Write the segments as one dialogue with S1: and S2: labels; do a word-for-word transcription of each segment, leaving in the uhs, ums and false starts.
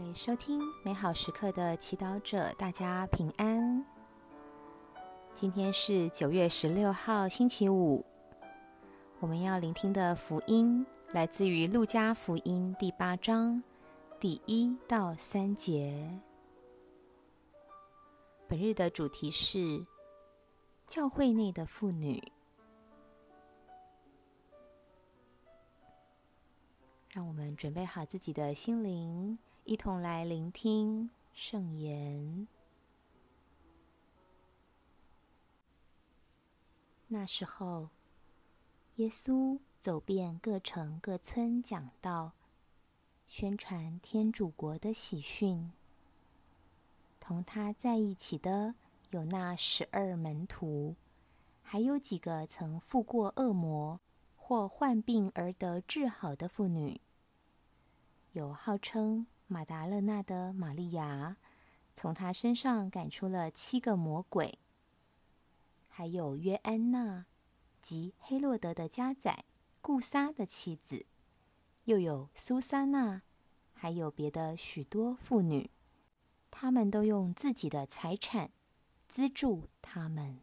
S1: 位收听美好时刻的祈祷者，大家平安。今天是九月十六号星期五，我们要聆听的福音来自于路加福音第八章第一到三节。本日的主题是教会内的妇女。让我们准备好自己的心灵，一同来聆听圣言。那时候，耶稣走遍各城各村讲道，宣传天主国的喜讯。同他在一起的有那十二门徒，还有几个曾附过恶魔或患病而得治好的妇女，有号称马达勒纳的玛利亚，从她身上赶出了七个魔鬼，还有约安娜及黑落德的家宰顾撒的妻子，又有苏撒娜，还有别的许多妇女，她们都用自己的财产资助他们。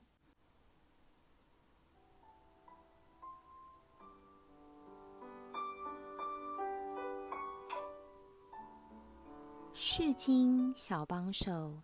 S1: 释经小帮手。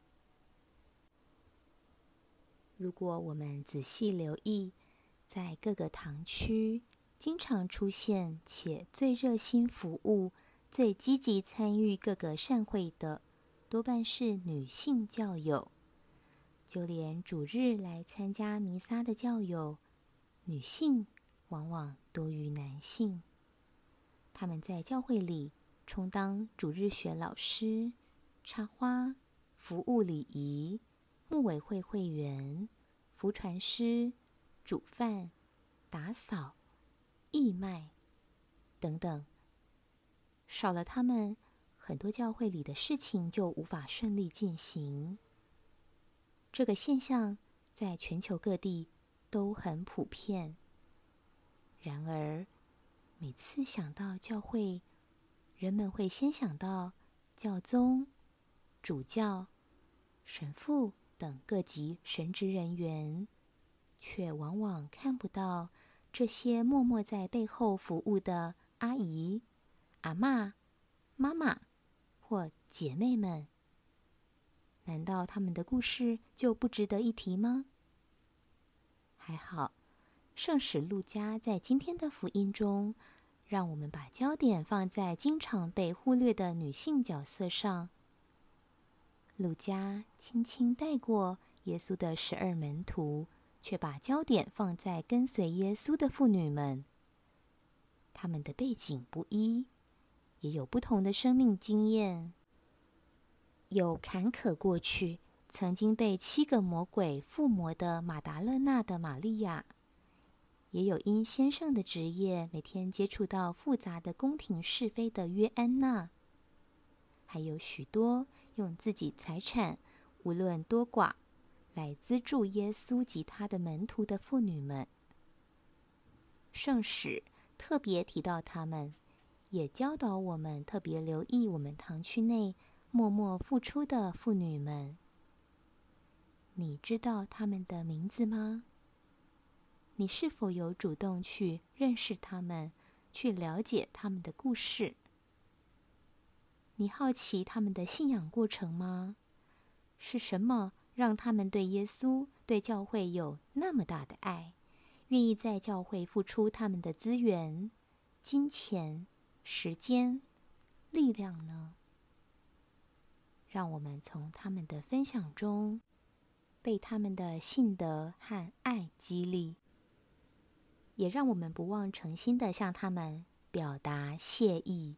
S1: 如果我们仔细留意，在各个堂区经常出现且最热心服务、最积极参与各个善会的，多半是女性教友。就连主日来参加弥撒的教友，女性往往多于男性。他们在教会里充当主日学老师、插花、服务礼仪、牧委会会员、福传师、煮饭、打扫、义卖等等。少了他们，很多教会里的事情就无法顺利进行。这个现象在全球各地都很普遍。然而，每次想到教会，人们会先想到教宗、主教、神父等各级神职人员，却往往看不到这些默默在背后服务的阿姨、阿嬷、妈妈或姐妹们。难道他们的故事就不值得一提吗？还好，圣使路加在今天的福音中，让我们把焦点放在经常被忽略的女性角色上。路加轻轻带过耶稣的十二门徒，却把焦点放在跟随耶稣的妇女们。她们的背景不一，也有不同的生命经验。有坎坷过去，曾经被七个魔鬼附魔的马达勒纳的玛利亚，也有因先生的职业每天接触到复杂的宫廷是非的约安娜，还有许多用自己财产无论多寡来资助耶稣及他的门徒的妇女们。圣使特别提到他们，也教导我们特别留意我们堂区内默默付出的妇女们。你知道她们的名字吗？你是否有主动去认识她们，去了解她们的故事？你好奇她们的信仰过程吗？是什么让她们对耶稣、对教会有那么大的爱，愿意在教会付出他们的资源、金钱、时间、力量呢？让我们从他们的分享中，被他们的信德和爱激励，也让我们不忘诚心地向他们表达谢意。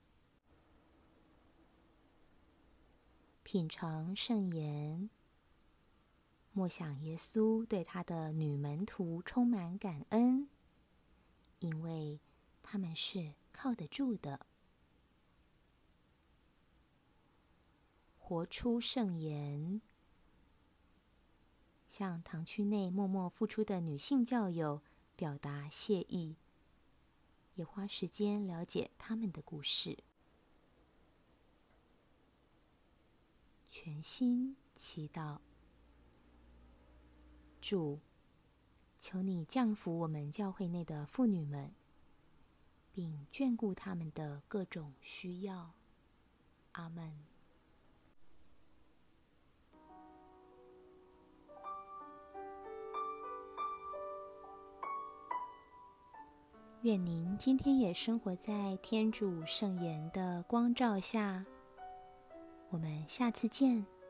S1: 品尝圣言，默想耶稣对他的女门徒充满感恩，因为他们是靠得住的。活出圣言，向堂区内默默付出的女性教友表达谢意，也花时间了解他们的故事。 全心祈祷。主，求你降福我们教会内的妇女们，并眷顾她们的各种需要。阿们。愿您今天也生活在天主圣言的光照下。我们下次见。